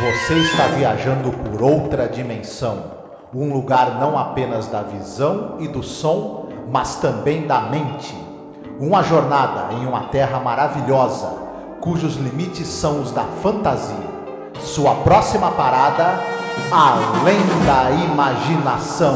Você está viajando por outra dimensão, um lugar não apenas da visão e do som, mas também da mente. Uma jornada em uma terra maravilhosa, cujos limites são os da fantasia. Sua próxima parada, além da imaginação.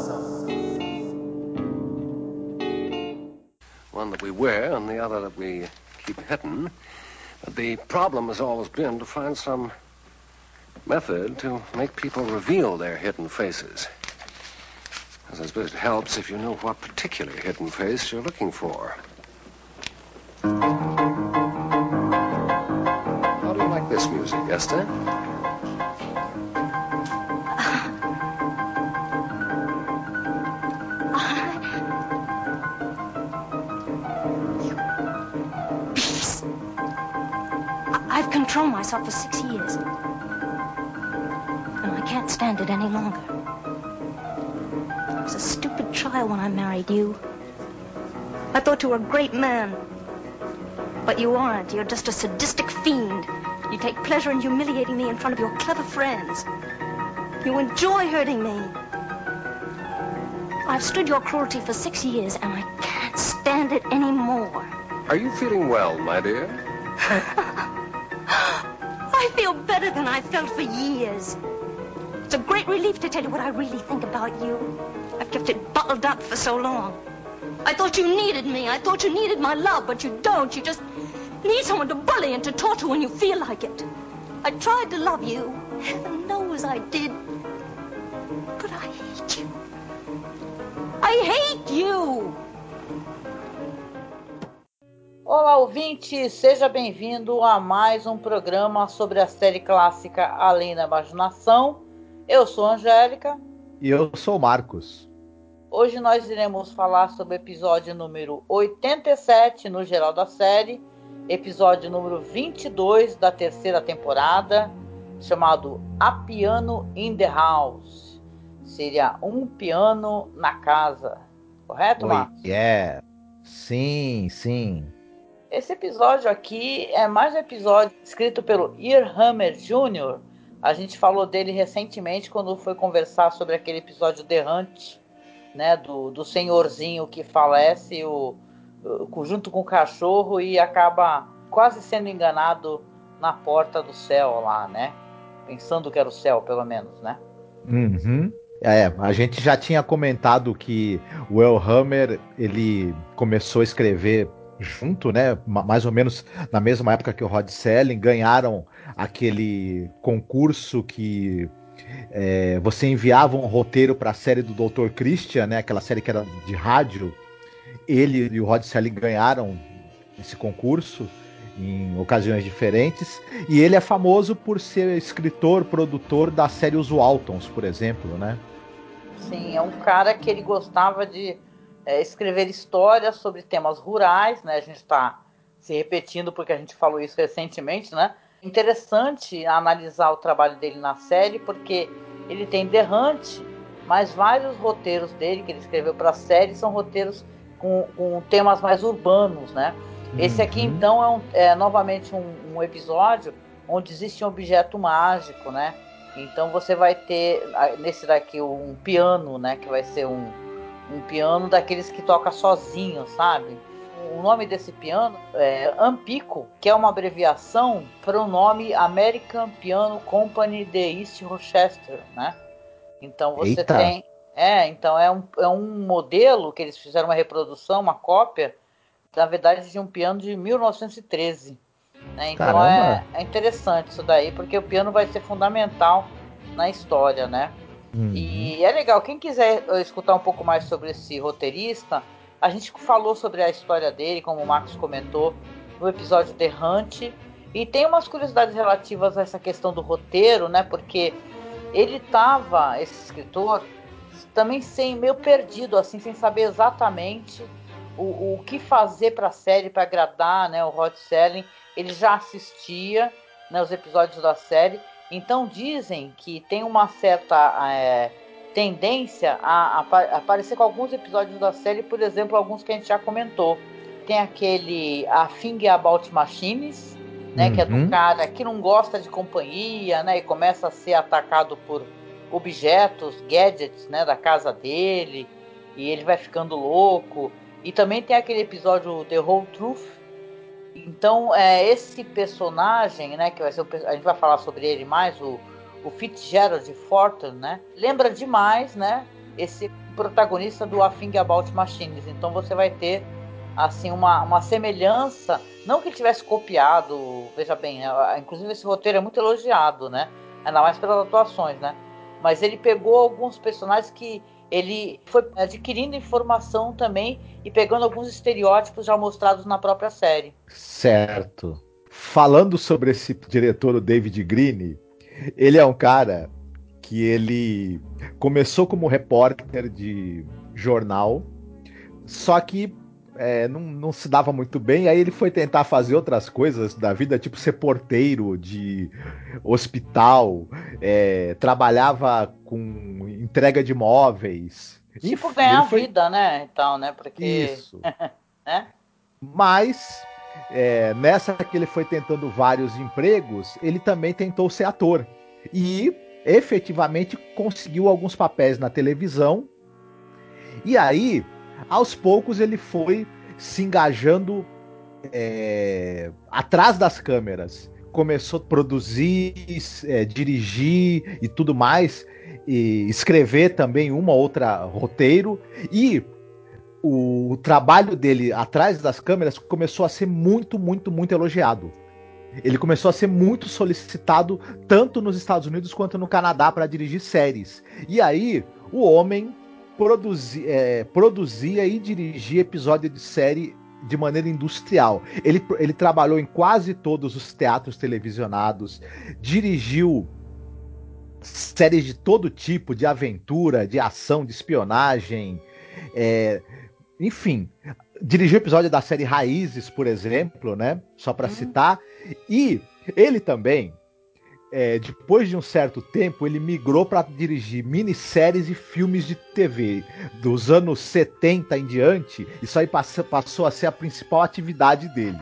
One that we wear and the other that we keep hidden. The problem has always been to find some method to make people reveal their hidden faces. As I suppose it helps if you know what particular hidden face you're looking for. How do you like this music, Esther? I've controlled myself for 6 years. And I can't stand it any longer. I was a stupid child when I married you. I thought you were a great man. But you aren't. You're just a sadistic fiend. You take pleasure in humiliating me in front of your clever friends. You enjoy hurting me. I've stood your cruelty for 6 years, and I can't stand it anymore. Are you feeling well, my dear? I feel better than I've felt for years. It's a great relief to tell you what I really think about you. I've kept it bottled up for so long. I thought you needed me. I thought you needed my love, but you don't. You just need someone to bully and to torture when you feel like it. I tried to love you. Heaven knows I did. But I hate you. I hate you! Olá, ouvinte! Seja bem-vindo a mais um programa sobre a série clássica Além da Imaginação. Eu sou a Angélica. E eu sou o Marcos. Hoje nós iremos falar sobre o episódio número 87 no geral da série, episódio número 22 da terceira temporada, chamado A Piano in the House. Seria um piano na casa. Correto, Marcos? Sim. Esse episódio aqui é mais um episódio escrito pelo Ian Hammer Jr. A gente falou dele recentemente quando foi conversar sobre aquele episódio The Hunt, né, do senhorzinho que falece junto com o cachorro e acaba quase sendo enganado na porta do céu lá, né? Pensando que era o céu, pelo menos, né? Uhum. A gente já tinha comentado que o El Hammer, ele começou a escrever junto, né? Mais ou menos na mesma época que o Rod Serling, ganharam aquele concurso que você enviava um roteiro para a série do Dr. Christian, né? Aquela série que era de rádio. Ele e o Rod Serling ganharam esse concurso em ocasiões diferentes, e ele é famoso por ser escritor, produtor da série Os Waltons, por exemplo, né? Sim, é um cara que ele gostava de escrever histórias sobre temas rurais, né? A gente está se repetindo porque a gente falou isso recentemente, né? Interessante analisar o trabalho dele na série, porque ele tem The Hunt, mas vários roteiros dele que ele escreveu para a série são roteiros com temas mais urbanos, né? Esse aqui, então, é novamente um episódio onde existe um objeto mágico, né? Então você vai ter nesse daqui um piano, né? Que vai ser um piano daqueles que toca sozinho, sabe? O nome desse piano é Ampico, que é uma abreviação para o nome American Piano Company de East Rochester, né? Então você Eita. tem... então é um modelo que eles fizeram uma reprodução, uma cópia, na verdade, de um piano de 1913. Né? Então é interessante isso daí, porque o piano vai ser fundamental na história, né? E é legal, quem quiser escutar um pouco mais sobre esse roteirista, a gente falou sobre a história dele, como o Marcos comentou, no episódio The Hunt, e tem umas curiosidades relativas a essa questão do roteiro, né? Porque ele estava, esse escritor, também meio perdido, assim, sem saber exatamente o que fazer para a série, para agradar, né, o Rod Serling. Ele já assistia, né, os episódios da série, então dizem que tem uma certa tendência a aparecer com alguns episódios da série, por exemplo, alguns que a gente já comentou. Tem aquele A Thing About Machines, né? Que é do cara que não gosta de companhia, né? E começa a ser atacado por objetos, gadgets, né? Da casa dele. E ele vai ficando louco. E também tem aquele episódio The Whole Truth. Então, esse personagem, né? Que vai ser a gente vai falar sobre ele mais, o Fitzgerald Thornton, né? Lembra demais, né? Esse protagonista do A Thing About Machines. Então você vai ter assim uma semelhança, não que ele tivesse copiado, veja bem, inclusive esse roteiro é muito elogiado, né? Ainda mais pelas atuações, né? Mas ele pegou alguns personagens que ele foi adquirindo informação também e pegando alguns estereótipos já mostrados na própria série. Certo. Falando sobre esse diretor, o David Green, ele é um cara que ele começou como repórter de jornal, só que não se dava muito bem, aí ele foi tentar fazer outras coisas da vida, tipo ser porteiro de hospital, trabalhava com entrega de móveis. Tipo Enfim, ganhar ele a foi. vida, né? Então, né? Porque. Isso. Né? Mas, nessa que ele foi tentando vários empregos, ele também tentou ser ator. E efetivamente conseguiu alguns papéis na televisão. E aí, aos poucos, ele foi se engajando atrás das câmeras. Começou a produzir, dirigir e tudo mais. E escrever também uma outra roteiro. E o trabalho dele atrás das câmeras começou a ser muito, muito, muito elogiado. Ele começou a ser muito solicitado tanto nos Estados Unidos quanto no Canadá para dirigir séries. E aí, o homem produzia e dirigia episódio de série de maneira industrial. Ele trabalhou em quase todos os teatros televisionados, dirigiu séries de todo tipo, de aventura, de ação, de espionagem, enfim, dirigiu episódio da série Raízes, por exemplo, né? Só para citar. E ele também, depois de um certo tempo, ele migrou para dirigir minisséries e filmes de TV. Dos anos 70 em diante, isso aí passou a ser a principal atividade dele.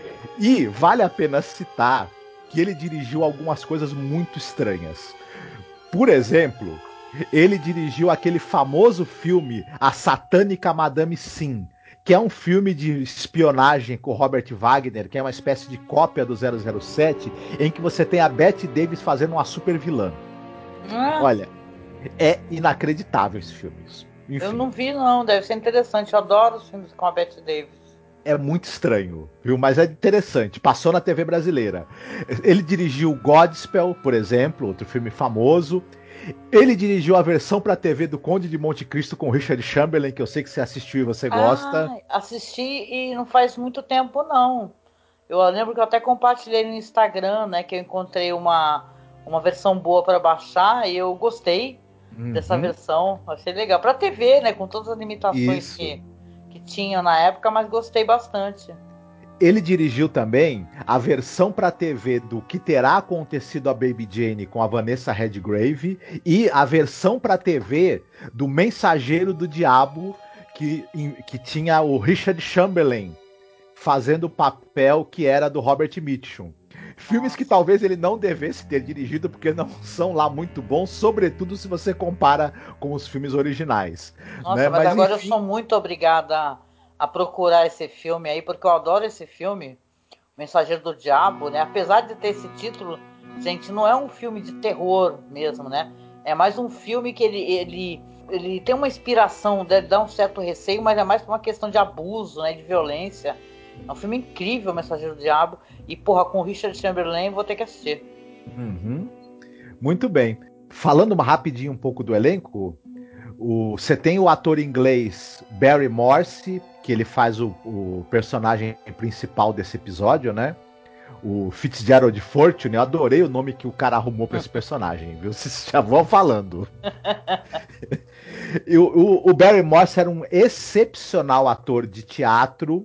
E vale a pena citar que ele dirigiu algumas coisas muito estranhas. Por exemplo, ele dirigiu aquele famoso filme A Satânica Madame Sim, que é um filme de espionagem com Robert Wagner, que é uma espécie de cópia do 007, em que você tem a Bette Davis fazendo uma super vilã. Olha, é inacreditável esse filme. Enfim, eu não vi, não. Deve ser interessante. Eu adoro os filmes com a Bette Davis. É muito estranho, viu? Mas é interessante. Passou na TV brasileira. Ele dirigiu Godspell, por exemplo, outro filme famoso. Ele dirigiu a versão para TV do Conde de Monte Cristo com Richard Chamberlain, que eu sei que você assistiu e você gosta. Assisti e não faz muito tempo, não. Eu lembro que eu até compartilhei no Instagram, né? Que eu encontrei uma versão boa para baixar e eu gostei dessa versão. Achei legal. Para TV, né? Com todas as limitações que tinham na época, mas gostei bastante. Ele dirigiu também a versão para TV do Que Terá Acontecido a Baby Jane com a Vanessa Redgrave e a versão para TV do Mensageiro do Diabo que tinha o Richard Chamberlain fazendo o papel que era do Robert Mitchum. Filmes que talvez ele não devesse ter dirigido porque não são lá muito bons, sobretudo se você compara com os filmes originais. Nossa, né? mas agora enfim... eu sou muito obrigada a procurar esse filme aí, porque eu adoro esse filme, Mensageiro do Diabo, né? Apesar de ter esse título, gente, não é um filme de terror mesmo, né? É mais um filme que ele tem uma inspiração, deve dar um certo receio, mas é mais por uma questão de abuso, né? De violência. É um filme incrível, Mensageiro do Diabo. E, porra, com o Richard Chamberlain, vou ter que assistir. Muito bem. Falando rapidinho um pouco do elenco, você tem o ator inglês Barry Morse, que ele faz o personagem principal desse episódio, né? O Fitzgerald Fortune. Eu adorei o nome que o cara arrumou para esse personagem, viu? Vocês já vão falando. E o Barry Morse era um excepcional ator de teatro.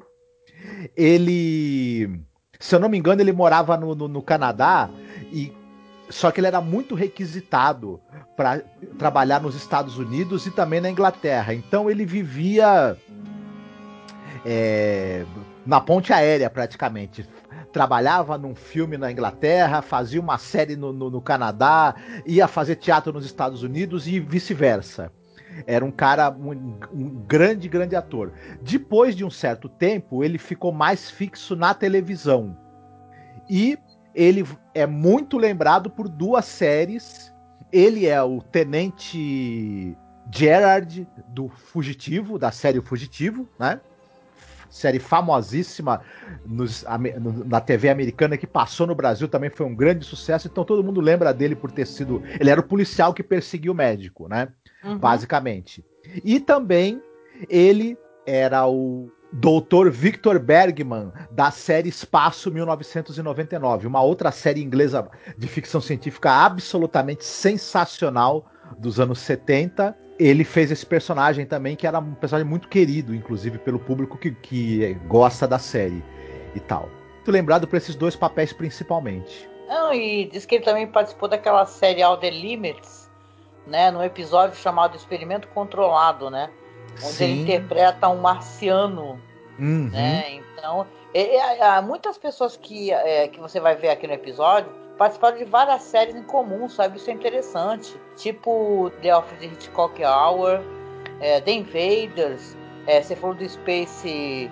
Ele, se eu não me engano, ele morava no Canadá só que ele era muito requisitado para trabalhar nos Estados Unidos e também na Inglaterra. Então ele vivia na ponte aérea, praticamente. Trabalhava num filme na Inglaterra, fazia uma série no Canadá, ia fazer teatro nos Estados Unidos e vice-versa. Era um cara, um grande, grande ator. Depois de um certo tempo, ele ficou mais fixo na televisão. E ele é muito lembrado por duas séries. Ele é o Tenente Gerard do Fugitivo, da série O Fugitivo, né? Série famosíssima na TV americana, que passou no Brasil, também foi um grande sucesso, então todo mundo lembra dele por ter sido... Ele era o policial que perseguiu o médico, né? Basicamente. E também ele era o Dr. Victor Bergman, da série Espaço 1999, uma outra série inglesa de ficção científica absolutamente sensacional dos anos 70. Ele fez esse personagem também, que era um personagem muito querido, inclusive, pelo público que gosta da série e tal. Muito lembrado por esses dois papéis principalmente. Não, e diz que ele também participou daquela série Outer Limits, né, num episódio chamado Experimento Controlado, né? Onde Sim. ele interpreta um marciano, né? Então, muitas pessoas que você vai ver aqui no episódio participaram de várias séries em comum, sabe? Isso é interessante. Tipo The Alfred Hitchcock Hour, The Invaders, você falou do Space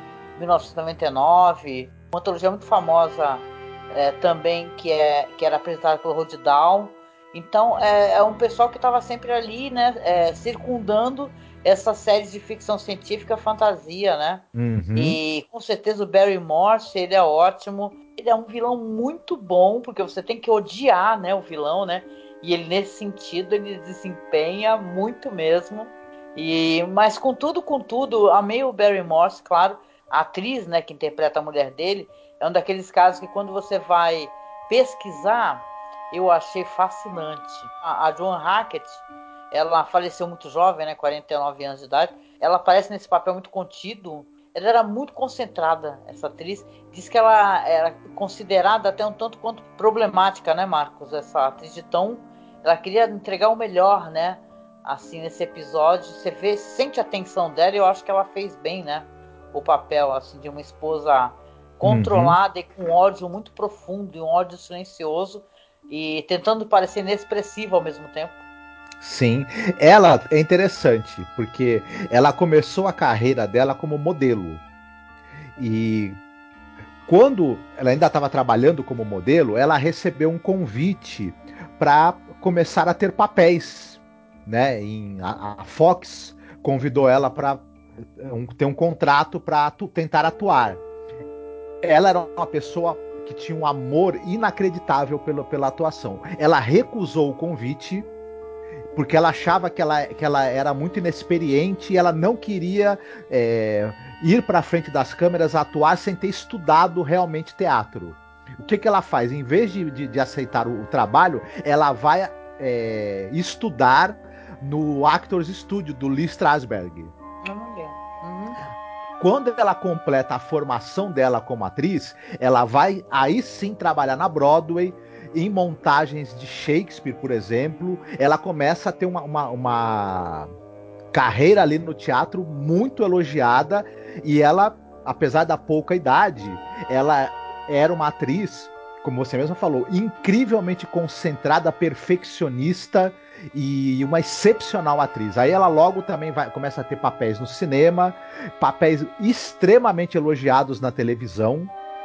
1999, uma antologia muito famosa também que era apresentada pelo Rod Down. Então é um pessoal que estava sempre ali, né, circundando essas séries de ficção científica, fantasia, né? E com certeza o Barry Morse, ele é ótimo. Ele é um vilão muito bom, porque você tem que odiar, né, o vilão, né? E ele, nesse sentido, ele desempenha muito mesmo. Mas contudo, amei o Barry Morse, claro. A atriz, né, que interpreta a mulher dele, é um daqueles casos que quando você vai pesquisar, eu achei fascinante. A Joan Hackett, ela faleceu muito jovem, né, 49 anos de idade. Ela aparece nesse papel muito contido. Ela era muito concentrada, essa atriz. Diz que ela era considerada até um tanto quanto problemática, né, Marcos? Essa atriz de tão... Ela queria entregar o melhor, né? Assim, nesse episódio. Você vê, sente a tensão dela, e eu acho que ela fez bem, né? O papel, assim, de uma esposa controlada e com ódio muito profundo, e um ódio silencioso, e tentando parecer inexpressiva ao mesmo tempo. Sim, ela é interessante, porque ela começou a carreira dela como modelo. E quando ela ainda estava trabalhando como modelo, ela recebeu um convite para começar a ter papéis, né? A Fox convidou ela para ter um contrato para tentar atuar. Ela era uma pessoa que tinha um amor inacreditável pela atuação. Ela recusou o convite porque ela achava que ela era muito inexperiente e ela não queria ir para frente das câmeras, atuar sem ter estudado realmente teatro. O que ela faz? Em vez de aceitar o trabalho, ela vai estudar no Actors Studio do Lee Strasberg. Quando ela completa a formação dela como atriz, ela vai aí sim trabalhar na Broadway, em montagens de Shakespeare, por exemplo. Ela começa a ter uma carreira ali no teatro muito elogiada, e ela, apesar da pouca idade, ela era uma atriz, como você mesma falou, incrivelmente concentrada, perfeccionista e uma excepcional atriz. Aí ela logo também começa a ter papéis no cinema, papéis extremamente elogiados na televisão,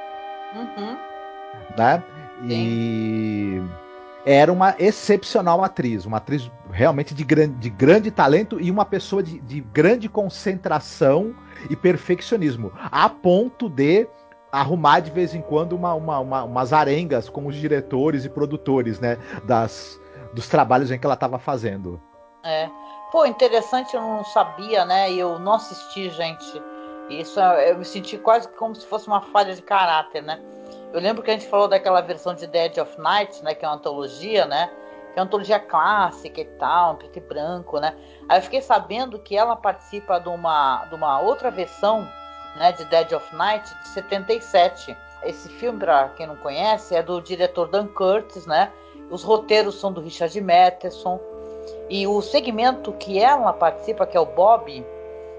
né? E era uma excepcional atriz, uma atriz realmente de grande talento e uma pessoa de grande concentração e perfeccionismo, a ponto de arrumar de vez em quando umas arengas com os diretores e produtores, né, dos trabalhos em que ela estava fazendo. Pô, interessante, eu não sabia, né? E eu não assisti, gente. Isso eu me senti quase como se fosse uma falha de caráter, né? Eu lembro que a gente falou daquela versão de The Edge of Night, né? Que é uma antologia, né? Que é uma antologia clássica e tal, preto e branco, né? Aí eu fiquei sabendo que ela participa de uma outra versão, né? De The Edge of Night, de 77. Esse filme, pra quem não conhece, é do diretor Dan Curtis, né? Os roteiros são do Richard Matheson. E o segmento que ela participa, que é o Bob,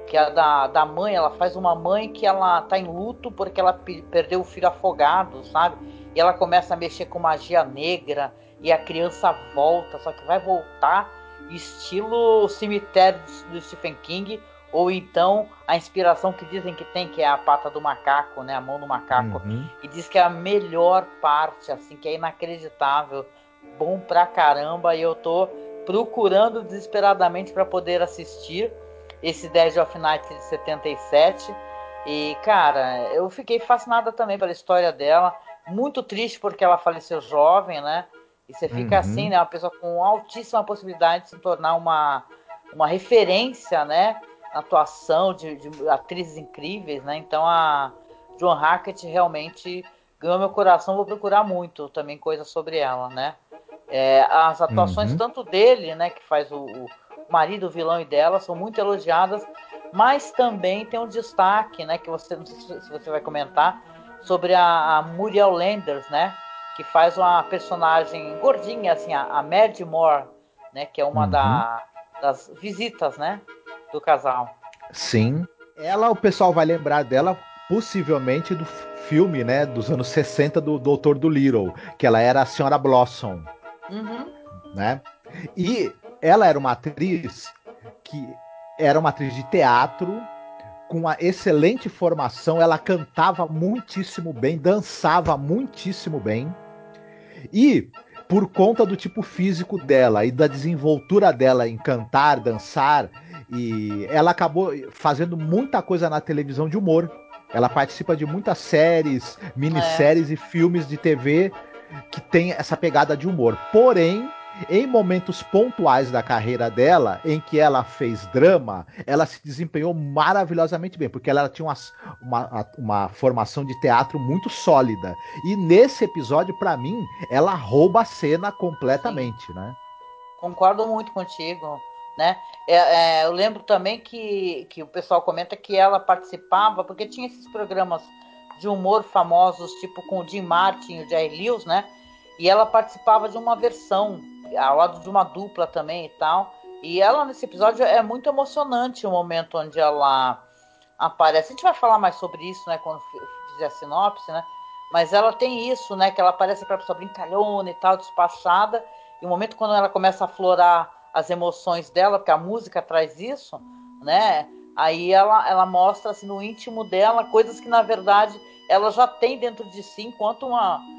que é a da mãe. Ela faz uma mãe que ela tá em luto porque ela perdeu o filho afogado, sabe? E ela começa a mexer com magia negra e a criança volta, só que vai voltar estilo cemitério do Stephen King, ou então a inspiração que dizem que tem, que é a pata do macaco, né, a mão do macaco, e diz que é a melhor parte, assim, que é inacreditável, bom pra caramba, e eu tô procurando desesperadamente para poder assistir esse Dead of Night de 77, e cara, eu fiquei fascinada também pela história dela, muito triste porque ela faleceu jovem, né, e você fica assim, né, uma pessoa com altíssima possibilidade de se tornar uma referência, né, na atuação de atrizes incríveis, né, então a Joan Hackett realmente ganhou meu coração, vou procurar muito também coisas sobre ela, né. As atuações tanto dele, né, que faz o marido, o vilão, e dela, são muito elogiadas, mas também tem um destaque, né, que você, não sei se você vai comentar, sobre a Muriel Landers, né, que faz uma personagem gordinha, assim, a Mad Moore, né, que é uma das visitas, né, do casal. Sim. Ela, o pessoal vai lembrar dela possivelmente do filme, né, dos anos 60 do Doutor Dolittle, que ela era a Senhora Blossom, né? E ela era uma atriz de teatro com uma excelente formação, ela cantava muitíssimo bem, dançava muitíssimo bem. E por conta do tipo físico dela e da desenvoltura dela em cantar, dançar, e ela acabou fazendo muita coisa na televisão de humor. Ela participa de muitas séries, minisséries e filmes de TV que tem essa pegada de humor. Porém, em momentos pontuais da carreira dela, em que ela fez drama, ela se desempenhou maravilhosamente bem, porque ela tinha uma formação de teatro muito sólida. E nesse episódio, para mim, ela rouba a cena completamente, né? Concordo muito contigo, né? Eu lembro também que o pessoal comenta que ela participava, porque tinha esses programas de humor famosos, tipo com o Jim Martin e o Jerry Lewis, né? E ela participava de uma versão, ao lado de uma dupla também e tal. E ela, nesse episódio, é muito emocionante o momento onde ela aparece. A gente vai falar mais sobre isso, né, quando fizer a sinopse, né? Mas ela tem isso, né, que ela aparece para pessoa brincalhona e tal, despachada. E o momento quando ela começa a aflorar as emoções dela, porque a música traz isso, né? Aí ela mostra assim, no íntimo dela coisas que na verdade ela já tem dentro de si, enquanto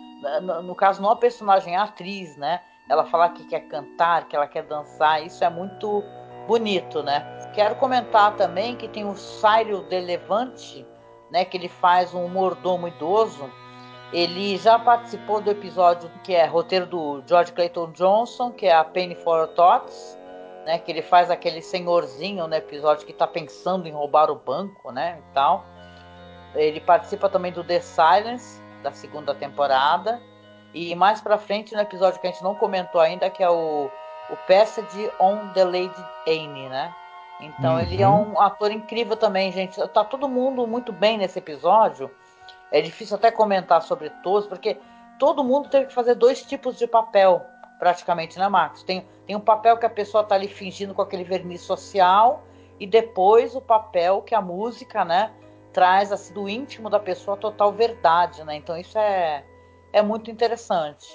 no caso não a personagem, a atriz, né? Ela fala que quer cantar, que ela quer dançar, isso é muito bonito, né? Quero comentar também que tem o Cyril de Levante, né? Que ele faz um mordomo idoso. Ele já participou do episódio que é roteiro do George Clayton Johnson, que é a Penny for Your Thoughts, né? Que ele faz aquele senhorzinho no episódio que está pensando em roubar o banco, né? E tal. Ele participa também do The Silence, da segunda temporada. E mais pra frente, no episódio que a gente não comentou ainda, que é o Passage on the Lady Anne, né? Então ele é um ator incrível também, gente. Tá todo mundo muito bem nesse episódio. É difícil até comentar sobre todos, porque todo mundo teve que fazer dois tipos de papel, praticamente, né, Marcos? Tem um papel que a pessoa tá ali fingindo com aquele verniz social, e depois o papel que a música, né, traz assim, do íntimo da pessoa a total verdade, né? Então isso é muito interessante.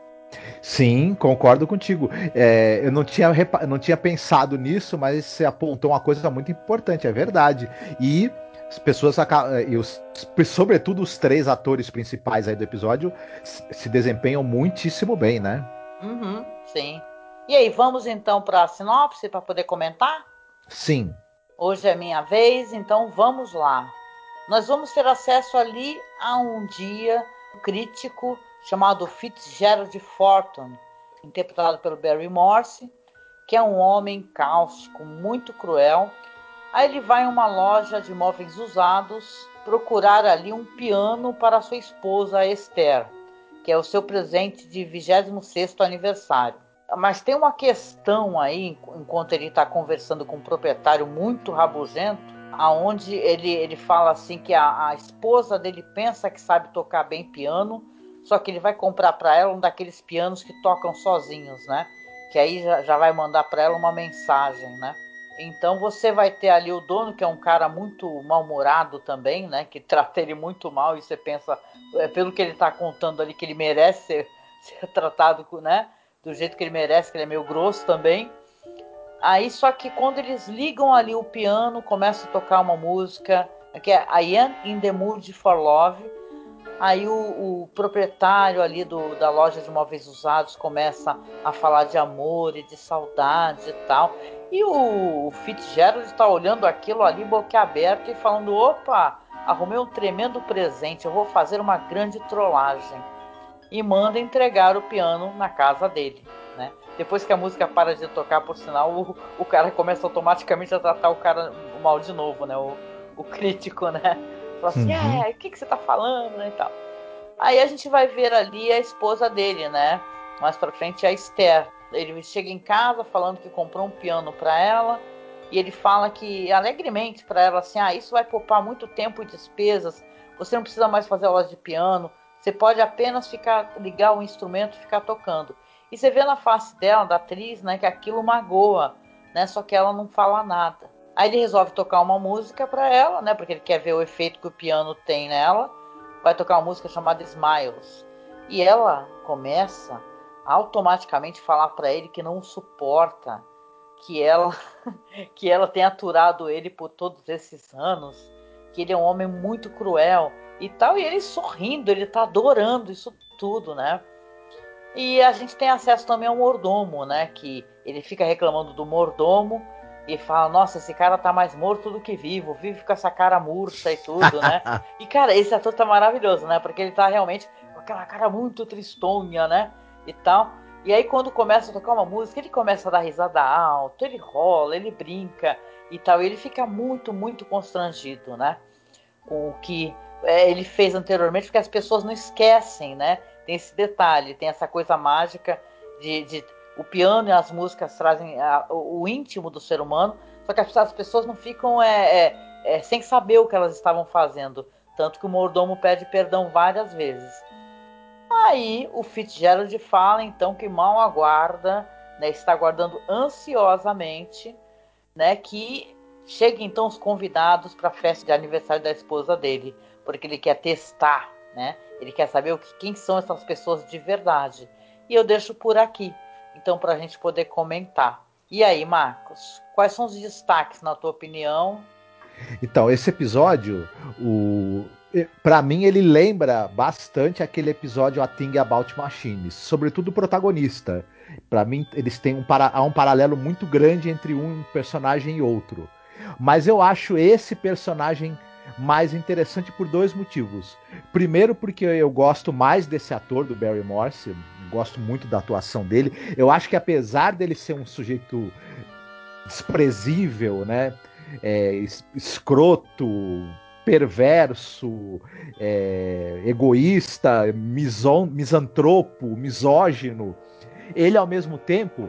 Sim, concordo contigo. Eu não tinha pensado nisso, mas você apontou uma coisa muito importante, é verdade. E as pessoas sobretudo os três atores principais aí do episódio se desempenham muitíssimo bem, né? Sim. E aí, vamos então para a sinopse para poder comentar? Sim. Hoje é minha vez, então vamos lá. Nós vamos ter acesso ali a um dia crítico chamado Fitzgerald Fortune, interpretado pelo Barry Morse, que é um homem cáustico, muito cruel. Aí ele vai em uma loja de móveis usados procurar ali um piano para sua esposa Esther, que é o seu presente de 26º aniversário. Mas tem uma questão aí, enquanto ele está conversando com um proprietário muito rabugento, aonde ele fala assim que a esposa dele pensa que sabe tocar bem piano, só que ele vai comprar para ela um daqueles pianos que tocam sozinhos, né? Que aí já vai mandar para ela uma mensagem, né? Então você vai ter ali o dono, que é um cara muito mal-humorado também, né? Que trata ele muito mal, e você pensa, pelo que ele está contando ali, que ele merece ser tratado, né? Do jeito que ele merece, que ele é meio grosso também. Aí só que quando eles ligam ali o piano, começa a tocar uma música, que é I Am in the Mood for Love. Aí o proprietário ali da loja de móveis usados começa a falar de amor e de saudade e tal. E o Fitzgerald está olhando aquilo ali boquiaberto e falando: opa, arrumei um tremendo presente, eu vou fazer uma grande trollagem. E manda entregar o piano na casa dele, né? Depois que a música para de tocar, por sinal, o cara começa automaticamente a tratar o cara mal de novo, né? O crítico, né? Fala assim, o que você tá falando, né, e tal. Aí a gente vai ver ali a esposa dele, né? Mais pra frente a Esther. Ele chega em casa falando que comprou um piano para ela e ele fala que alegremente para ela assim, isso vai poupar muito tempo e despesas. Você não precisa mais fazer aulas de piano. Você pode apenas ligar o instrumento e ficar tocando. E você vê na face dela, da atriz, né, que aquilo magoa, né? Só que ela não fala nada. Aí ele resolve tocar uma música para ela, né? Porque ele quer ver o efeito que o piano tem nela. Vai tocar uma música chamada Smiles. E ela começa a automaticamente falar para ele que não suporta que ela que ela tenha aturado ele por todos esses anos, que ele é um homem muito cruel e tal, e ele sorrindo, ele tá adorando isso tudo, né? E a gente tem acesso também ao mordomo, né? Que ele fica reclamando do mordomo e fala, nossa, esse cara tá mais morto do que vivo, vive com essa cara murcha e tudo, né? E, cara, esse ator tá maravilhoso, né? Porque ele tá realmente com aquela cara muito tristonha, né? E tal. E aí, quando começa a tocar uma música, ele começa a dar risada alto, ele rola, ele brinca e tal. E ele fica muito, muito constrangido, né? Com o que ele fez anteriormente, porque as pessoas não esquecem, né? Tem esse detalhe, tem essa coisa mágica de o piano e as músicas trazem o íntimo do ser humano, só que as pessoas não ficam sem saber o que elas estavam fazendo. Tanto que o mordomo pede perdão várias vezes. Aí o Fitzgerald fala então que mal aguarda, né, está aguardando ansiosamente, né, que cheguem então os convidados para a festa de aniversário da esposa dele, porque ele quer testar, né? Ele quer saber quem são essas pessoas de verdade. E eu deixo por aqui, então, para a gente poder comentar. E aí, Marcos, quais são os destaques, na tua opinião? Então, esse episódio, para mim, ele lembra bastante aquele episódio A Thing About Machines, sobretudo o protagonista. Para mim, eles têm há um paralelo muito grande entre um personagem e outro. Mas eu acho esse personagem mais interessante por dois motivos. Primeiro, porque eu gosto mais desse ator, do Barry Morse, gosto muito da atuação dele. Eu acho que apesar dele ser um sujeito desprezível, né? Escroto, perverso, egoísta, misantropo, misógino. Ele, ao mesmo tempo,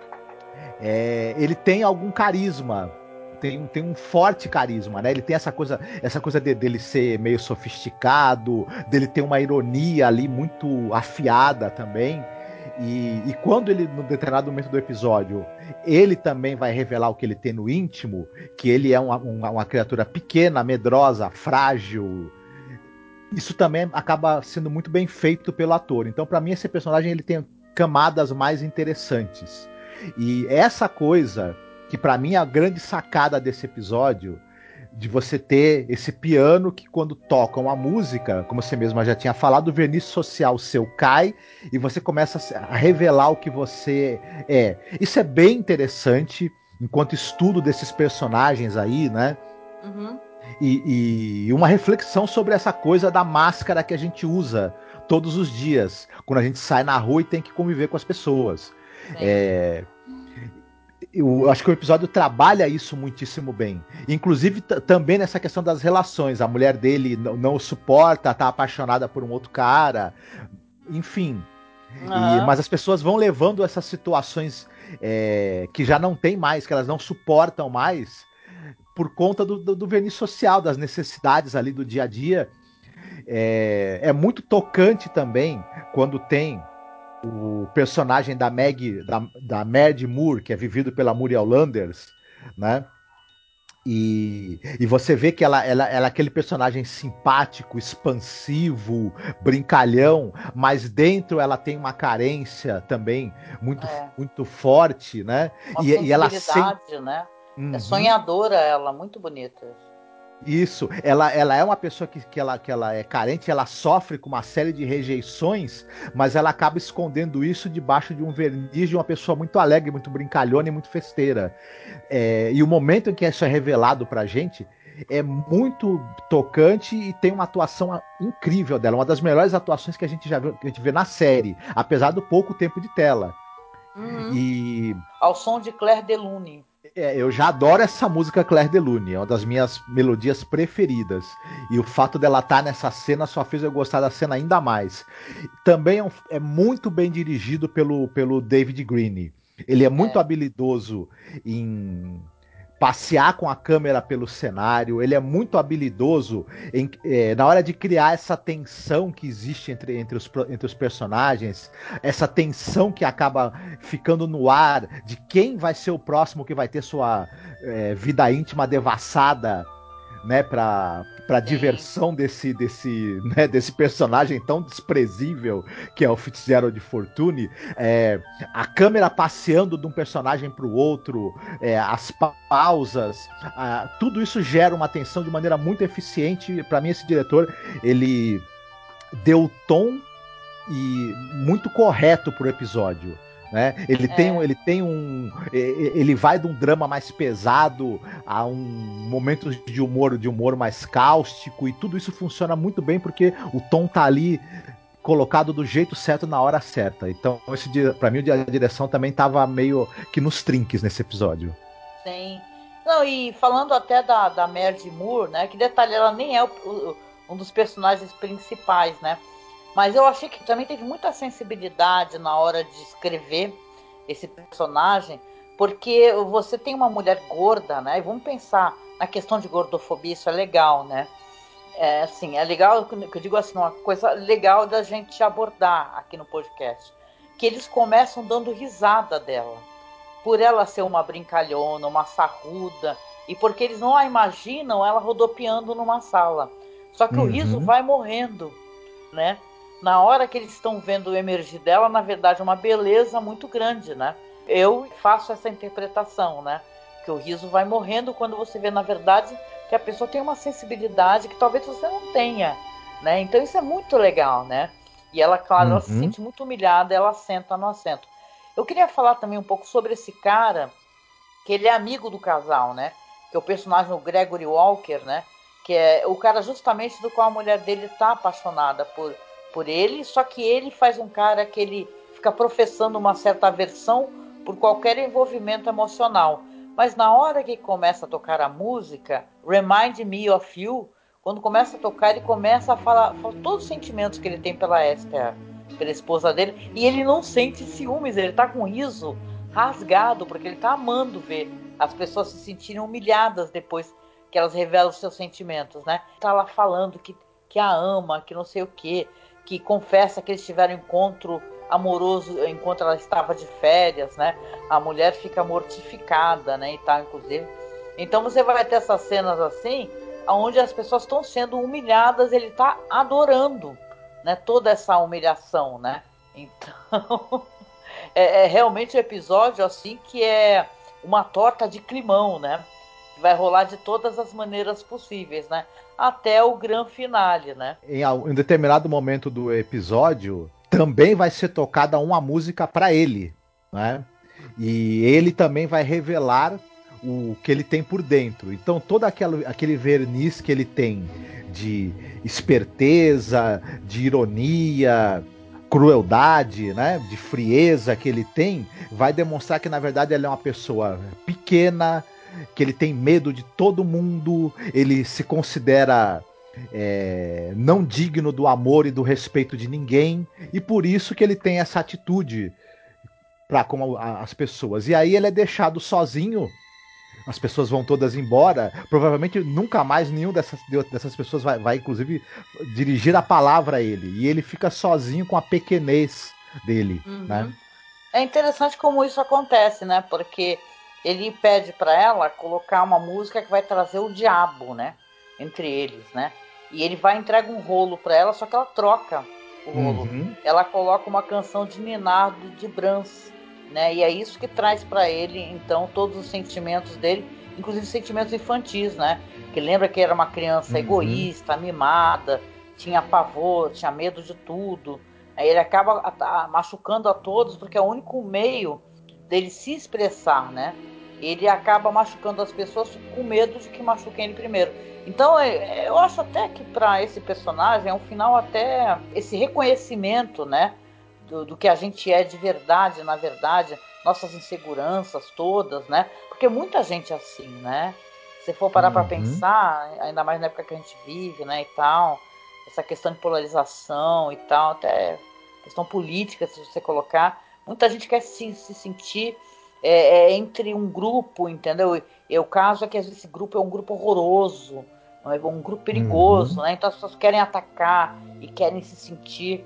ele tem algum carisma. Tem um forte carisma, né? Ele tem essa coisa dele ser meio sofisticado, dele ter uma ironia ali muito afiada também. E quando ele, no determinado momento do episódio, ele também vai revelar o que ele tem no íntimo, que ele é uma criatura pequena, medrosa, frágil. Isso também acaba sendo muito bem feito pelo ator. Então, para mim, esse personagem ele tem camadas mais interessantes. E essa coisa, que para mim é a grande sacada desse episódio, de você ter esse piano que quando tocam a música, como você mesma já tinha falado, o verniz social seu cai e você começa a revelar o que você é. Isso é bem interessante enquanto estudo desses personagens aí, né? Uhum. E uma reflexão sobre essa coisa da máscara que a gente usa todos os dias, quando a gente sai na rua e tem que conviver com as pessoas. Eu acho que o episódio trabalha isso muitíssimo bem. Inclusive, também nessa questão das relações. A mulher dele não o suporta, tá apaixonada por um outro cara. Enfim. Mas as pessoas vão levando essas situações que já não tem mais, que elas não suportam mais, por conta do verniz social, das necessidades ali do dia a dia. É muito tocante também quando tem o personagem da Mad Moore, que é vivido pela Muriel Landers, né? E você vê que ela é aquele personagem simpático, expansivo, brincalhão, mas dentro ela tem uma carência também muito, É, muito forte, né? uma E ela sempre. sensibilidade, né? É Uhum. sonhadora ela, muito bonita. Isso, ela é uma pessoa que ela é carente, ela sofre com uma série de rejeições, mas ela acaba escondendo isso debaixo de um verniz de uma pessoa muito alegre, muito brincalhona e muito festeira. E o momento em que isso é revelado pra gente é muito tocante e tem uma atuação incrível dela, uma das melhores atuações que a gente já viu, que a gente vê na série, apesar do pouco tempo de tela. Uhum. E Ao som de Claire Delune. eu já adoro essa música Claire de Lune, é uma das minhas melodias preferidas. E o fato dela estar nessa cena só fez eu gostar da cena ainda mais. Também é muito bem dirigido pelo David Green. Ele é muito É. habilidoso em passear com a câmera pelo cenário, ele é muito habilidoso na hora de criar essa tensão que existe entre os personagens, essa tensão que acaba ficando no ar de quem vai ser o próximo que vai ter sua vida íntima devassada, né, para Sim. diversão desse personagem tão desprezível que é o Fitzgerald Fortune, a câmera passeando de um personagem para o outro, as pausas, tudo isso gera uma tensão de maneira muito eficiente. Para mim, esse diretor ele deu o tom e muito correto pro episódio. Né? Ele vai de um drama mais pesado a um momento de humor mais cáustico, e tudo isso funciona muito bem porque o tom tá ali colocado do jeito certo na hora certa. Então, para mim, a direção também tava meio que nos trinques nesse episódio. Sim. Não, e falando até da Merde Moore, né? Que detalhe, ela nem é um dos personagens principais, né? Mas eu achei que também teve muita sensibilidade na hora de escrever esse personagem, porque você tem uma mulher gorda, né? E vamos pensar na questão de gordofobia, isso é legal, né? É, assim, é legal, que eu digo assim, uma coisa legal da gente abordar aqui no podcast, que eles começam dando risada dela, por ela ser uma brincalhona, uma sarruda, e porque eles não a imaginam ela rodopiando numa sala. Só que o riso Uhum. vai morrendo, né? Na hora que eles estão vendo o emergir dela, na verdade, é uma beleza muito grande, né? Eu faço essa interpretação, né? Que o riso vai morrendo quando você vê, na verdade, que a pessoa tem uma sensibilidade que talvez você não tenha, né? Então isso é muito legal, né? E ela, claro, ela se Uhum. sente muito humilhada, ela senta no assento. Eu queria falar também um pouco sobre esse cara, que ele é amigo do casal, né? Que é o personagem o Gregory Walker, né? Que é o cara justamente do qual a mulher dele tá apaixonada por ele, só que ele faz um cara que ele fica professando uma certa aversão por qualquer envolvimento emocional. Mas na hora que começa a tocar a música, Remind Me of You, quando começa a tocar, ele começa a falar todos os sentimentos que ele tem pela Esther, pela esposa dele, e ele não sente ciúmes, ele tá com riso rasgado, porque ele tá amando ver as pessoas se sentirem humilhadas depois que elas revelam os seus sentimentos, né? Tá lá falando que a ama, que não sei o quê, que confessa que eles tiveram encontro amoroso enquanto ela estava de férias, né? A mulher fica mortificada, né? E tal, inclusive. Então você vai ter essas cenas assim, onde as pessoas estão sendo humilhadas, ele tá adorando, né? Toda essa humilhação, né? Então é realmente um episódio assim que é uma torta de climão, né? Que vai rolar de todas as maneiras possíveis, né? Até o grande finale, né? Em determinado momento do episódio, também vai ser tocada uma música para ele, né? E ele também vai revelar o que ele tem por dentro. Então, todo aquele verniz que ele tem de esperteza, de ironia, crueldade, né, de frieza que ele tem, vai demonstrar que na verdade ele é uma pessoa pequena, que ele tem medo de todo mundo, ele se considera não digno do amor e do respeito de ninguém, e por isso que ele tem essa atitude para com as pessoas. E aí ele é deixado sozinho, as pessoas vão todas embora, provavelmente nunca mais nenhum dessas pessoas vai inclusive dirigir a palavra a ele, e ele fica sozinho com a pequenez dele, né? Uhum. É interessante como isso acontece, né? Porque ele pede para ela colocar uma música que vai trazer o diabo, né? Entre eles, né? E ele vai entregar um rolo para ela, só que ela troca o rolo. Uhum. Ela coloca uma canção de Ninardo de Brahms, né? E é isso que traz para ele, então, todos os sentimentos dele, inclusive sentimentos infantis, né? Que lembra que era uma criança egoísta, mimada, tinha pavor, tinha medo de tudo. Aí ele acaba machucando a todos porque é o único meio dele se expressar, né? Ele acaba machucando as pessoas com medo de que machuquem ele primeiro. Então eu acho até que para esse personagem é um final até esse reconhecimento, né? Do que a gente é de verdade, na verdade, nossas inseguranças todas, né? Porque muita gente é assim, né? Se for parar para pensar, ainda mais na época que a gente vive, né, e tal, essa questão de polarização e tal, até questão política, se você colocar, muita gente quer se sentir entre um grupo, entendeu? E o caso é que às vezes esse grupo é um grupo horroroso, é um grupo perigoso, né? Então as pessoas querem atacar e querem se sentir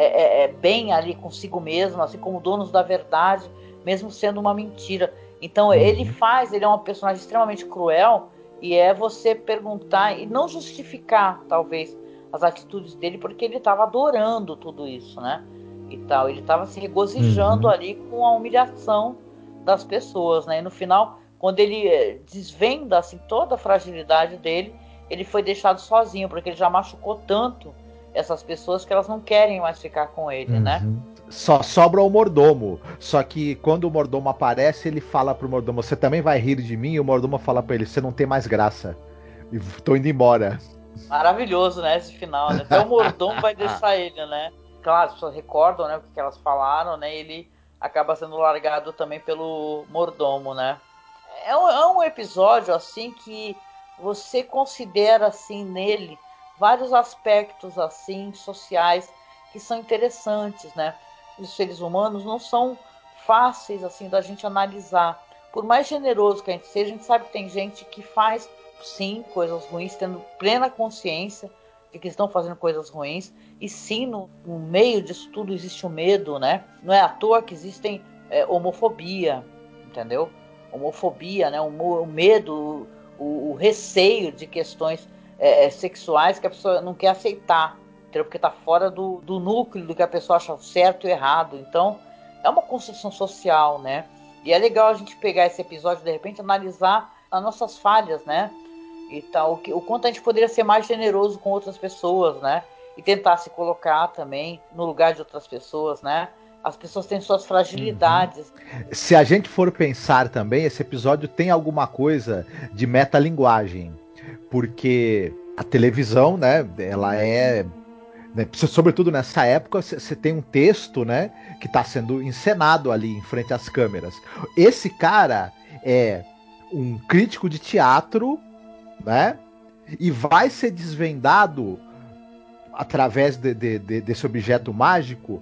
bem ali consigo mesmo, assim como donos da verdade, mesmo sendo uma mentira. Então ele é um personagem extremamente cruel, e é você perguntar e não justificar, talvez, as atitudes dele, porque ele estava adorando tudo isso, né? E tal, ele estava se regozijando ali com a humilhação das pessoas, né? E no final, quando ele desvenda assim toda a fragilidade dele, ele foi deixado sozinho, porque ele já machucou tanto essas pessoas que elas não querem mais ficar com ele, né? Só sobra o mordomo. Só que quando o mordomo aparece, ele fala pro mordomo: você também vai rir de mim? E o mordomo fala pra ele: você não tem mais graça. E tô indo embora. Maravilhoso, né? Esse final, né? Até o mordomo vai deixar ele, né? Claro, as pessoas recordam, né, o que elas falaram, né? Ele acaba sendo largado também pelo mordomo, né? É um episódio, assim, que você considera, assim, nele vários aspectos, assim, sociais que são interessantes, né? Os seres humanos não são fáceis, assim, da gente analisar. Por mais generoso que a gente sabe que tem gente que faz, sim, coisas ruins, tendo plena consciência de que estão fazendo coisas ruins. E sim, no meio disso tudo existe o medo, né? Não é à toa que existem homofobia, entendeu? Homofobia, né? O medo, o receio de questões sexuais que a pessoa não quer aceitar, entendeu? Porque está fora do núcleo do que a pessoa acha certo e errado. Então, é uma construção social, né? E é legal a gente pegar esse episódio, de repente, analisar as nossas falhas, né? E tal, o quanto a gente poderia ser mais generoso com outras pessoas, né? E tentar se colocar também no lugar de outras pessoas, né? As pessoas têm suas fragilidades. Se a gente for pensar também, esse episódio tem alguma coisa de metalinguagem. Porque a televisão, né, ela é, né, sobretudo nessa época, você tem um texto, né, que está sendo encenado ali em frente às câmeras. Esse cara é um crítico de teatro, né, e vai ser desvendado através desse objeto mágico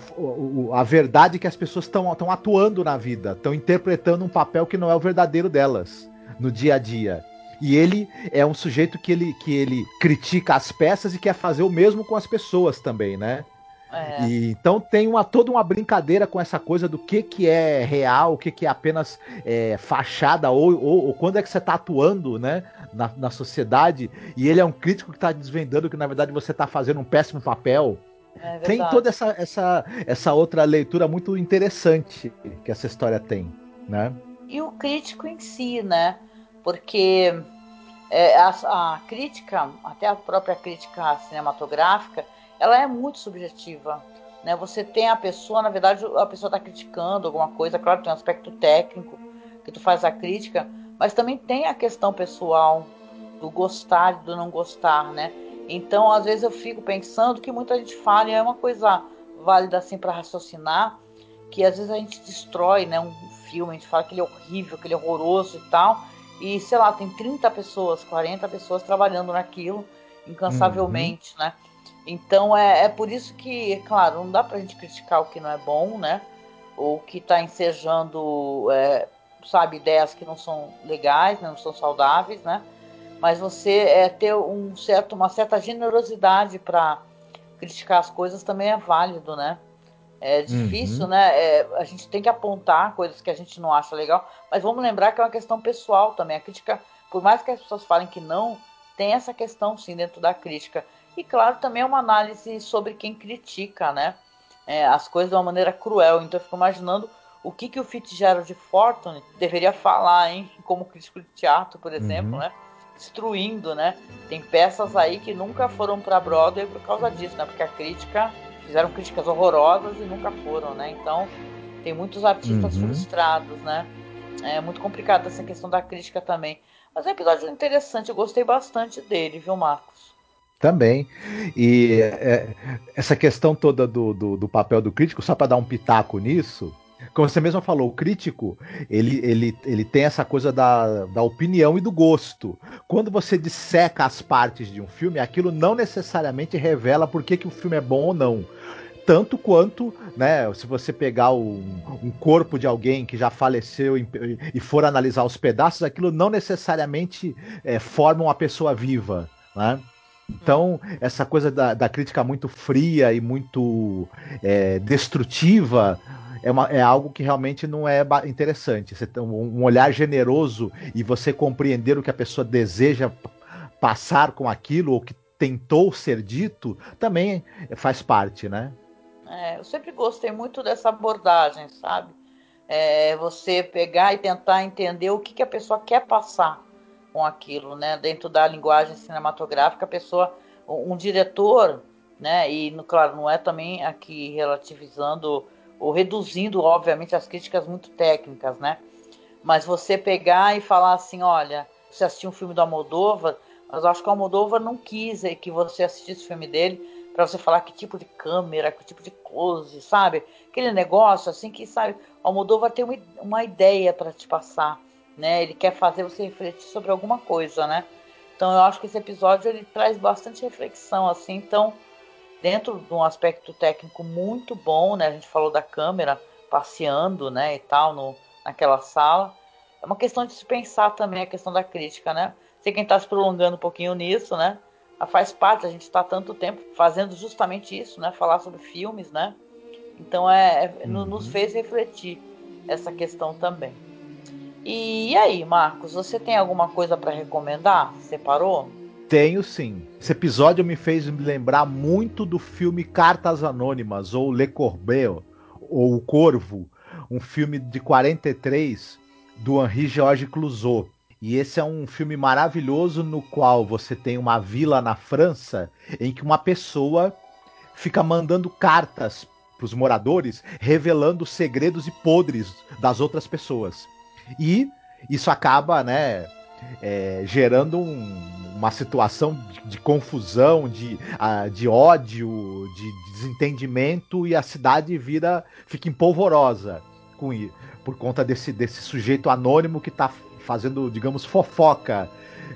a verdade que as pessoas estão atuando na vida, estão interpretando um papel que não é o verdadeiro delas no dia a dia. E ele é um sujeito que ele critica as peças e quer fazer o mesmo com as pessoas também, né? E, então tem toda uma brincadeira com essa coisa do que é real, o que é apenas fachada, ou quando é que você está atuando, né, na sociedade, e ele é um crítico que está desvendando que na verdade você está fazendo um péssimo papel. Tem toda essa outra leitura muito interessante que essa história tem, né? E o crítico em si, né? Porque a crítica, até a própria crítica cinematográfica, ela é muito subjetiva, né? Você tem a pessoa, na verdade, a pessoa está criticando alguma coisa, claro, tem um aspecto técnico que tu faz a crítica, mas também tem a questão pessoal do gostar e do não gostar, né? Então, às vezes eu fico pensando que muita gente fala, e é uma coisa válida assim para raciocinar, que às vezes a gente destrói, né, um filme, a gente fala que ele é horrível, que ele é horroroso e tal, e sei lá, tem 30 pessoas, 40 pessoas trabalhando naquilo incansavelmente, né? Então é por isso que, claro, não dá pra gente criticar o que não é bom, né? Ou que tá ensejando, sabe, ideias que não são legais, né? Não são saudáveis, né? Mas você ter uma certa generosidade para criticar as coisas também é válido, né? É difícil, né? A gente tem que apontar coisas que a gente não acha legal, mas vamos lembrar que é uma questão pessoal também. A crítica, por mais que as pessoas falem que não, tem essa questão sim dentro da crítica. E claro, também é uma análise sobre quem critica, né? As coisas de uma maneira cruel. Então eu fico imaginando o que o Fitzgerald Fortune deveria falar, hein? Como crítico de teatro, por exemplo, né? Destruindo, né? Tem peças aí que nunca foram para Broadway por causa disso, né? Porque a crítica fizeram críticas horrorosas e nunca foram, né? Então tem muitos artistas frustrados, né? É muito complicado essa questão da crítica também. Mas é um episódio interessante, eu gostei bastante dele, viu, Marcos? Também. E essa questão toda do papel do crítico, só para dar um pitaco nisso, como você mesmo falou, o crítico, ele tem essa coisa da opinião e do gosto. Quando você disseca as partes de um filme, aquilo não necessariamente revela por que o filme é bom ou não. Tanto quanto, né, se você pegar um corpo de alguém que já faleceu e for analisar os pedaços, aquilo não necessariamente forma uma pessoa viva, né? Então, essa coisa da crítica muito fria e muito destrutiva é algo que realmente não é interessante. Você tem um olhar generoso e você compreender o que a pessoa deseja passar com aquilo ou que tentou ser dito também faz parte, né? Eu sempre gostei muito dessa abordagem, sabe? Você pegar e tentar entender o que a pessoa quer passar com aquilo, né? Dentro da linguagem cinematográfica, a pessoa, um diretor, né? E claro, não é também aqui relativizando ou reduzindo, obviamente, as críticas muito técnicas, né? Mas você pegar e falar assim, olha, você assistiu um filme do Almodóvar, mas eu acho que o Almodóvar não quis que você assistisse o filme dele para você falar que tipo de câmera, que tipo de close, sabe? Aquele negócio assim que, sabe, o Almodóvar tem uma ideia para te passar, né? Ele quer fazer você refletir sobre alguma coisa, né? Então eu acho que esse episódio ele traz bastante reflexão, assim, então dentro de um aspecto técnico muito bom, né? A gente falou da câmera passeando, né, e tal, naquela sala. É uma questão de se pensar também a questão da crítica, né? Sei quem está se prolongando um pouquinho nisso, né? Faz parte, a gente está há tanto tempo fazendo justamente isso, né? Falar sobre filmes, né? Então nos fez refletir essa questão também. E aí, Marcos, você tem alguma coisa para recomendar? Separou? Tenho sim. Esse episódio me fez me lembrar muito do filme Cartas Anônimas, ou Le Corbeau, ou O Corvo, um filme de 43 do Henri Georges Clouzot. E esse é um filme maravilhoso no qual você tem uma vila na França em que uma pessoa fica mandando cartas para os moradores revelando segredos e podres das outras pessoas. E isso acaba, né, gerando uma situação de confusão, de ódio, de desentendimento, e a cidade fica empolvorosa por conta desse sujeito anônimo que está fazendo, digamos, fofoca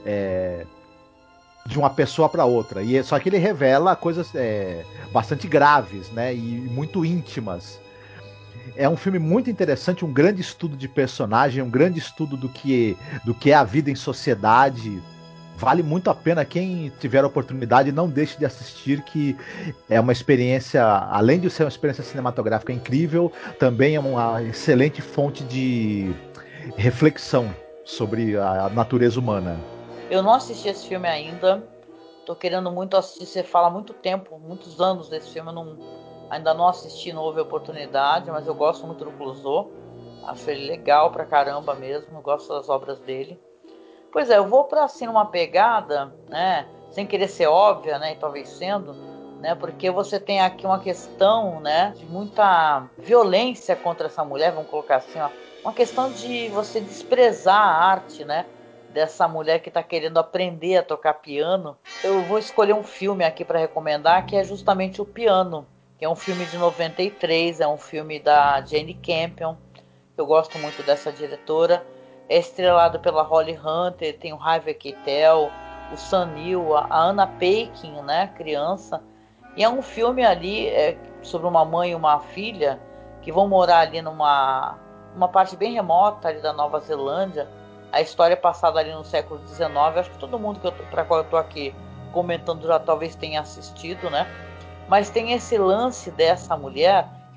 de uma pessoa para outra. E só que ele revela coisas bastante graves, né, e muito íntimas. É um filme muito interessante, um grande estudo de personagem, um grande estudo do que é a vida em sociedade. Vale muito a pena quem tiver a oportunidade, não deixe de assistir, que é uma experiência, além de ser uma experiência cinematográfica incrível, também é uma excelente fonte de reflexão sobre a natureza humana. Eu não assisti esse filme ainda. Tô querendo muito assistir. Você fala há muito tempo, muitos anos desse filme. Ainda não assisti, não houve oportunidade, mas eu gosto muito do Clouseau. Acho ele legal pra caramba mesmo. Eu gosto das obras dele. Pois é, eu vou pra assim uma pegada, né? Sem querer ser óbvia, né? E talvez sendo, né? Porque você tem aqui uma questão, né? De muita violência contra essa mulher, vamos colocar assim, ó. Uma questão de você desprezar a arte, né? Dessa mulher que está querendo aprender a tocar piano. Eu vou escolher um filme aqui para recomendar, que é justamente O Piano, que é um filme de 93, é um filme da Jane Campion. Eu gosto muito dessa diretora. É estrelado pela Holly Hunter, tem o Harvey Keitel, o Sam Neill, a Anna Paquin, né, criança. E é um filme ali sobre uma mãe e uma filha que vão morar ali numa parte bem remota ali da Nova Zelândia. A história é passada ali no século XIX. Acho que todo mundo para qual eu estou aqui comentando já talvez tenha assistido, né? Mas tem esse lance dessa mulher,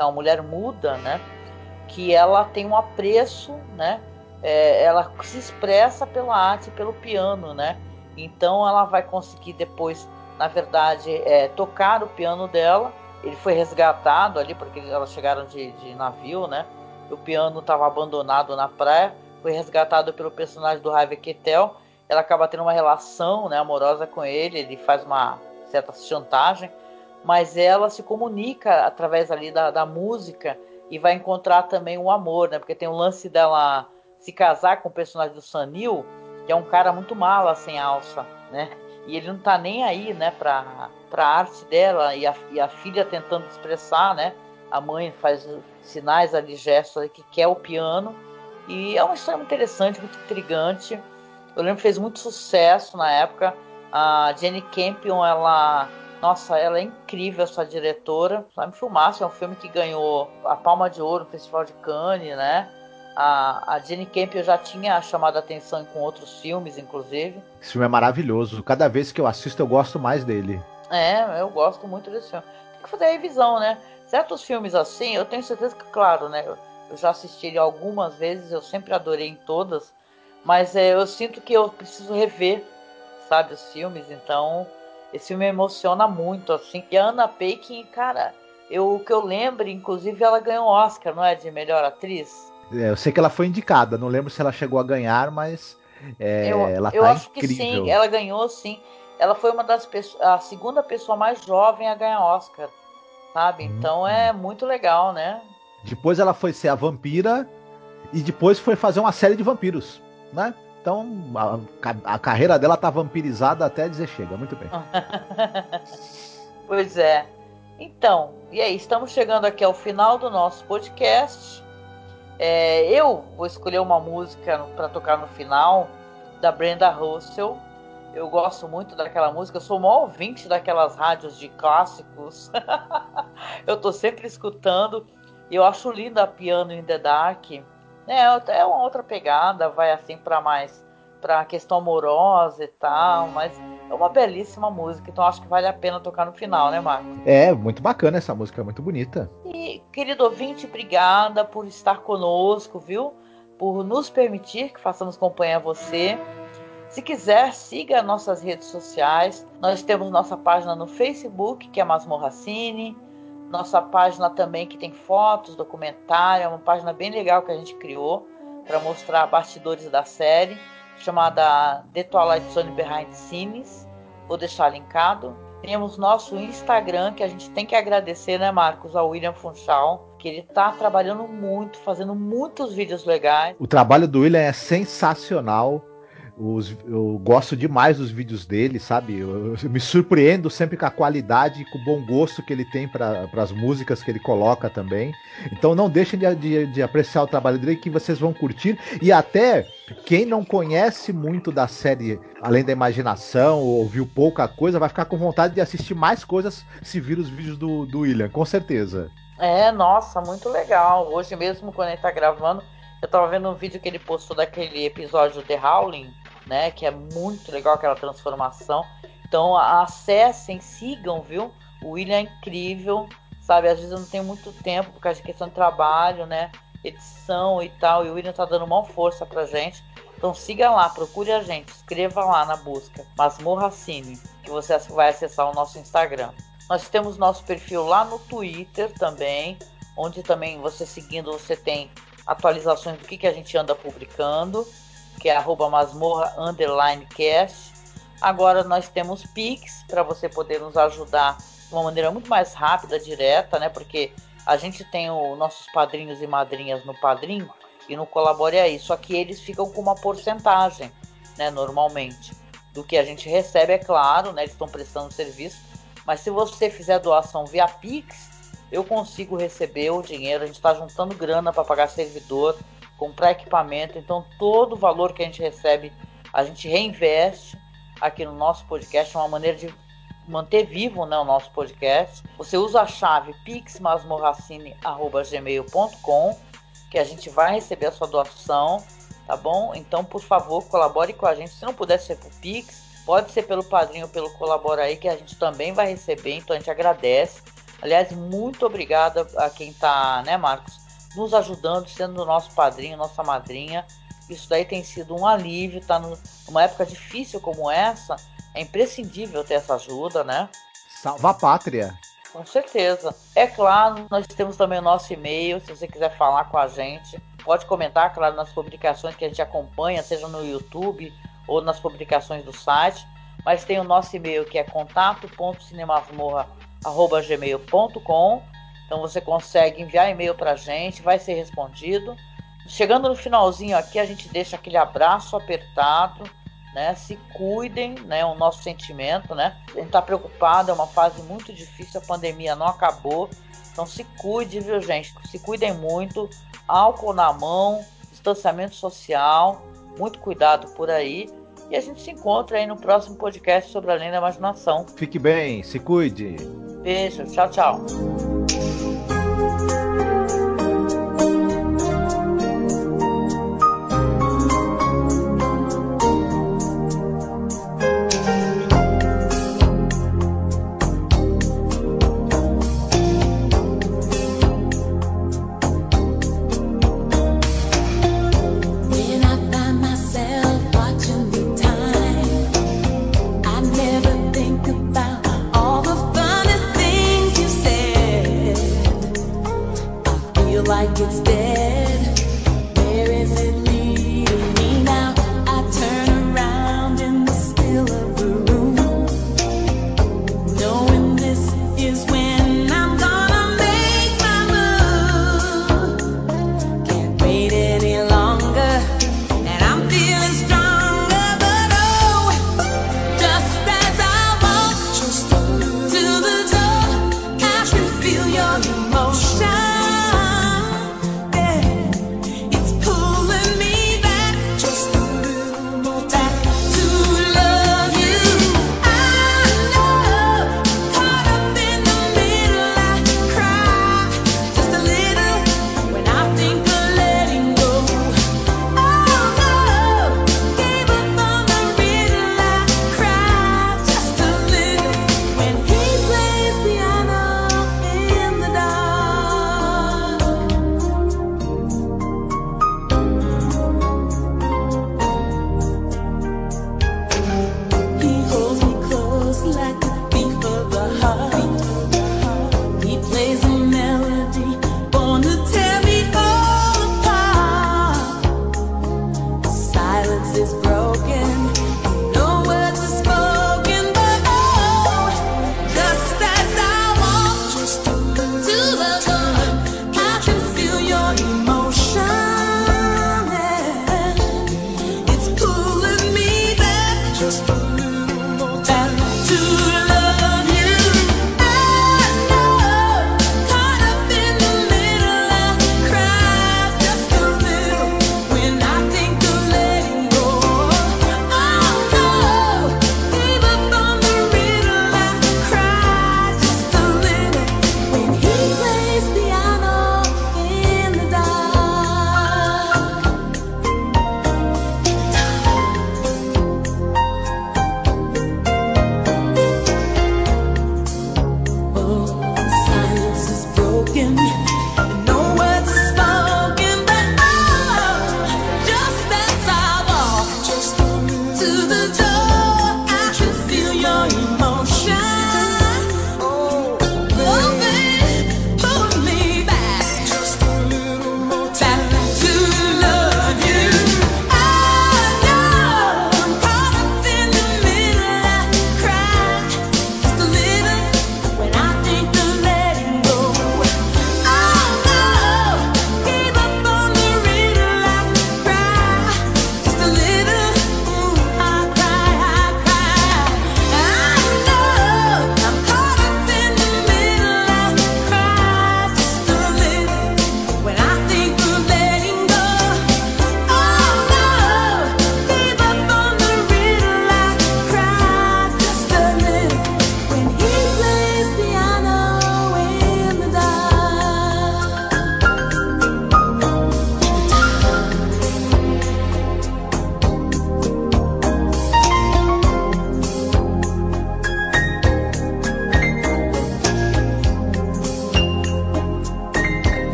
é uma mulher muda, né? Que ela tem um apreço, né? Ela se expressa pela arte, pelo piano, né? Então ela vai conseguir depois, na verdade, tocar o piano dela. Ele foi resgatado ali, porque elas chegaram de navio, né? O piano estava abandonado na praia, foi resgatado pelo personagem do Harvey Keitel. Ela acaba tendo uma relação, né, amorosa com ele, ele faz uma certa chantagem, mas ela se comunica através ali da música e vai encontrar também um amor, né? Porque tem o lance dela se casar com o personagem do Sam Neill, que é um cara muito mala, sem alça, né? E ele não tá nem aí, né, pra arte dela, e a filha tentando expressar, né? A mãe faz sinais ali, gestos ali, que quer o piano. E é uma história muito interessante, muito intrigante. Eu lembro que fez muito sucesso na época. A Jenny Campion, nossa, ela é incrível, essa diretora. Sabe, filmaço, é um filme que ganhou a Palma de Ouro no Festival de Cannes, né? A Jenny Campion já tinha chamado a atenção com outros filmes, inclusive. Esse filme é maravilhoso. Cada vez que eu assisto, eu gosto mais dele. Eu gosto muito desse filme. Tem que fazer a revisão, né? Certos filmes assim, eu tenho certeza que, claro, né? Eu já assisti ele algumas vezes, eu sempre adorei em todas, mas eu sinto que eu preciso rever, sabe, os filmes. Então, esse filme me emociona muito, assim. E a Anna Paquin, cara, o que eu lembro, inclusive, ela ganhou um Oscar, não é? De melhor atriz. Eu sei que ela foi indicada, não lembro se ela chegou a ganhar, mas ela Eu tá acho que sim, incrível. ela ganhou sim. Ela foi uma das pessoas, a segunda pessoa mais jovem a ganhar Oscar, sabe? Então Hum. é muito legal, né? Depois ela foi ser a vampira e depois foi fazer uma série de vampiros, né? Então a carreira dela tá vampirizada até dizer chega. Muito bem. Pois é. Então, e aí, estamos chegando aqui ao final do nosso podcast. Eu vou escolher uma música para tocar no final, da Brenda Russell. Eu gosto muito daquela música, eu sou o maior ouvinte daquelas rádios de clássicos. Eu tô sempre escutando. E eu acho linda a Piano in the Dark. É uma outra pegada, vai assim para mais para questão amorosa e tal, mas é uma belíssima música, então acho que vale a pena tocar no final, né, Marco? É, muito bacana essa música, é muito bonita. E, querido ouvinte, obrigada por estar conosco, viu? Por nos permitir que façamos companhia a você. Se quiser, siga nossas redes sociais. Nós temos nossa página no Facebook, que é Masmorra Cine. Nossa página também que tem fotos, documentário. É uma página bem legal que a gente criou para mostrar bastidores da série, chamada The Twilight Zone Behind Scenes. Vou deixar linkado. Temos nosso Instagram, que a gente tem que agradecer, né, Marcos, ao William Funchal, que ele está trabalhando muito, fazendo muitos vídeos legais. O trabalho do William é sensacional. Eu gosto demais dos vídeos dele, sabe? Eu me surpreendo sempre com a qualidade e com o bom gosto que ele tem para as músicas que ele coloca também. Então não deixem de apreciar o trabalho dele que vocês vão curtir. E até quem não conhece muito da série, além da imaginação, ou ouviu pouca coisa, vai ficar com vontade de assistir mais coisas se vir os vídeos do William, com certeza. Nossa, muito legal. Hoje mesmo, quando ele tá gravando, eu tava vendo um vídeo que ele postou daquele episódio The Howling, né? Que é muito legal aquela transformação. Então, acessem, sigam, viu? O William é incrível, sabe? Às vezes eu não tenho muito tempo por causa de questão de trabalho, né? Edição e tal. E o William tá dando uma força pra gente. Então siga lá, procure a gente, escreva lá na busca Masmorra Cine, que você vai acessar o nosso Instagram. Nós temos nosso perfil lá no Twitter também, onde também você seguindo, você tem atualizações do que a gente anda publicando, que é @masmorra_cast. Agora nós temos Pix, para você poder nos ajudar de uma maneira muito mais rápida, direta, né? Porque a gente tem os nossos padrinhos e madrinhas no Padrim e no Colabore Aí, só que eles ficam com uma porcentagem, né? Normalmente, do que a gente recebe, é claro, né? Eles estão prestando serviço, mas se você fizer doação via Pix, eu consigo receber o dinheiro. A gente está juntando grana para pagar servidor, comprar equipamento. Então, todo o valor que a gente recebe, a gente reinveste aqui no nosso podcast. É uma maneira de manter vivo, né, o nosso podcast. Você usa a chave pixmasmorracine@gmail.com, que a gente vai receber a sua doação, tá bom? Então, por favor, colabore com a gente. Se não puder ser por Pix, pode ser pelo Padrinho ou pelo Colabora Aí, que a gente também vai receber, então a gente agradece. Aliás, muito obrigada a quem está, né, Marcos, nos ajudando, sendo nosso padrinho, nossa madrinha. Isso daí tem sido um alívio, tá numa época difícil como essa, é imprescindível ter essa ajuda, né? Salva a pátria. Com certeza. É claro, nós temos também o nosso e-mail, se você quiser falar com a gente, pode comentar, claro, nas publicações que a gente acompanha, seja no YouTube ou nas publicações do site, mas tem o nosso e-mail que é contato.cinemasmorra@gmail.com. Então você consegue enviar e-mail para a gente, vai ser respondido. Chegando no finalzinho aqui, a gente deixa aquele abraço apertado, né? Se cuidem, né? O nosso sentimento, né? A gente tá preocupado, é uma fase muito difícil, a pandemia não acabou. Então se cuide, viu, gente? Se cuidem muito, álcool na mão, distanciamento social, muito cuidado por aí. E a gente se encontra aí no próximo podcast sobre Além da Imaginação. Fique bem, se cuide. Beijo, tchau, tchau.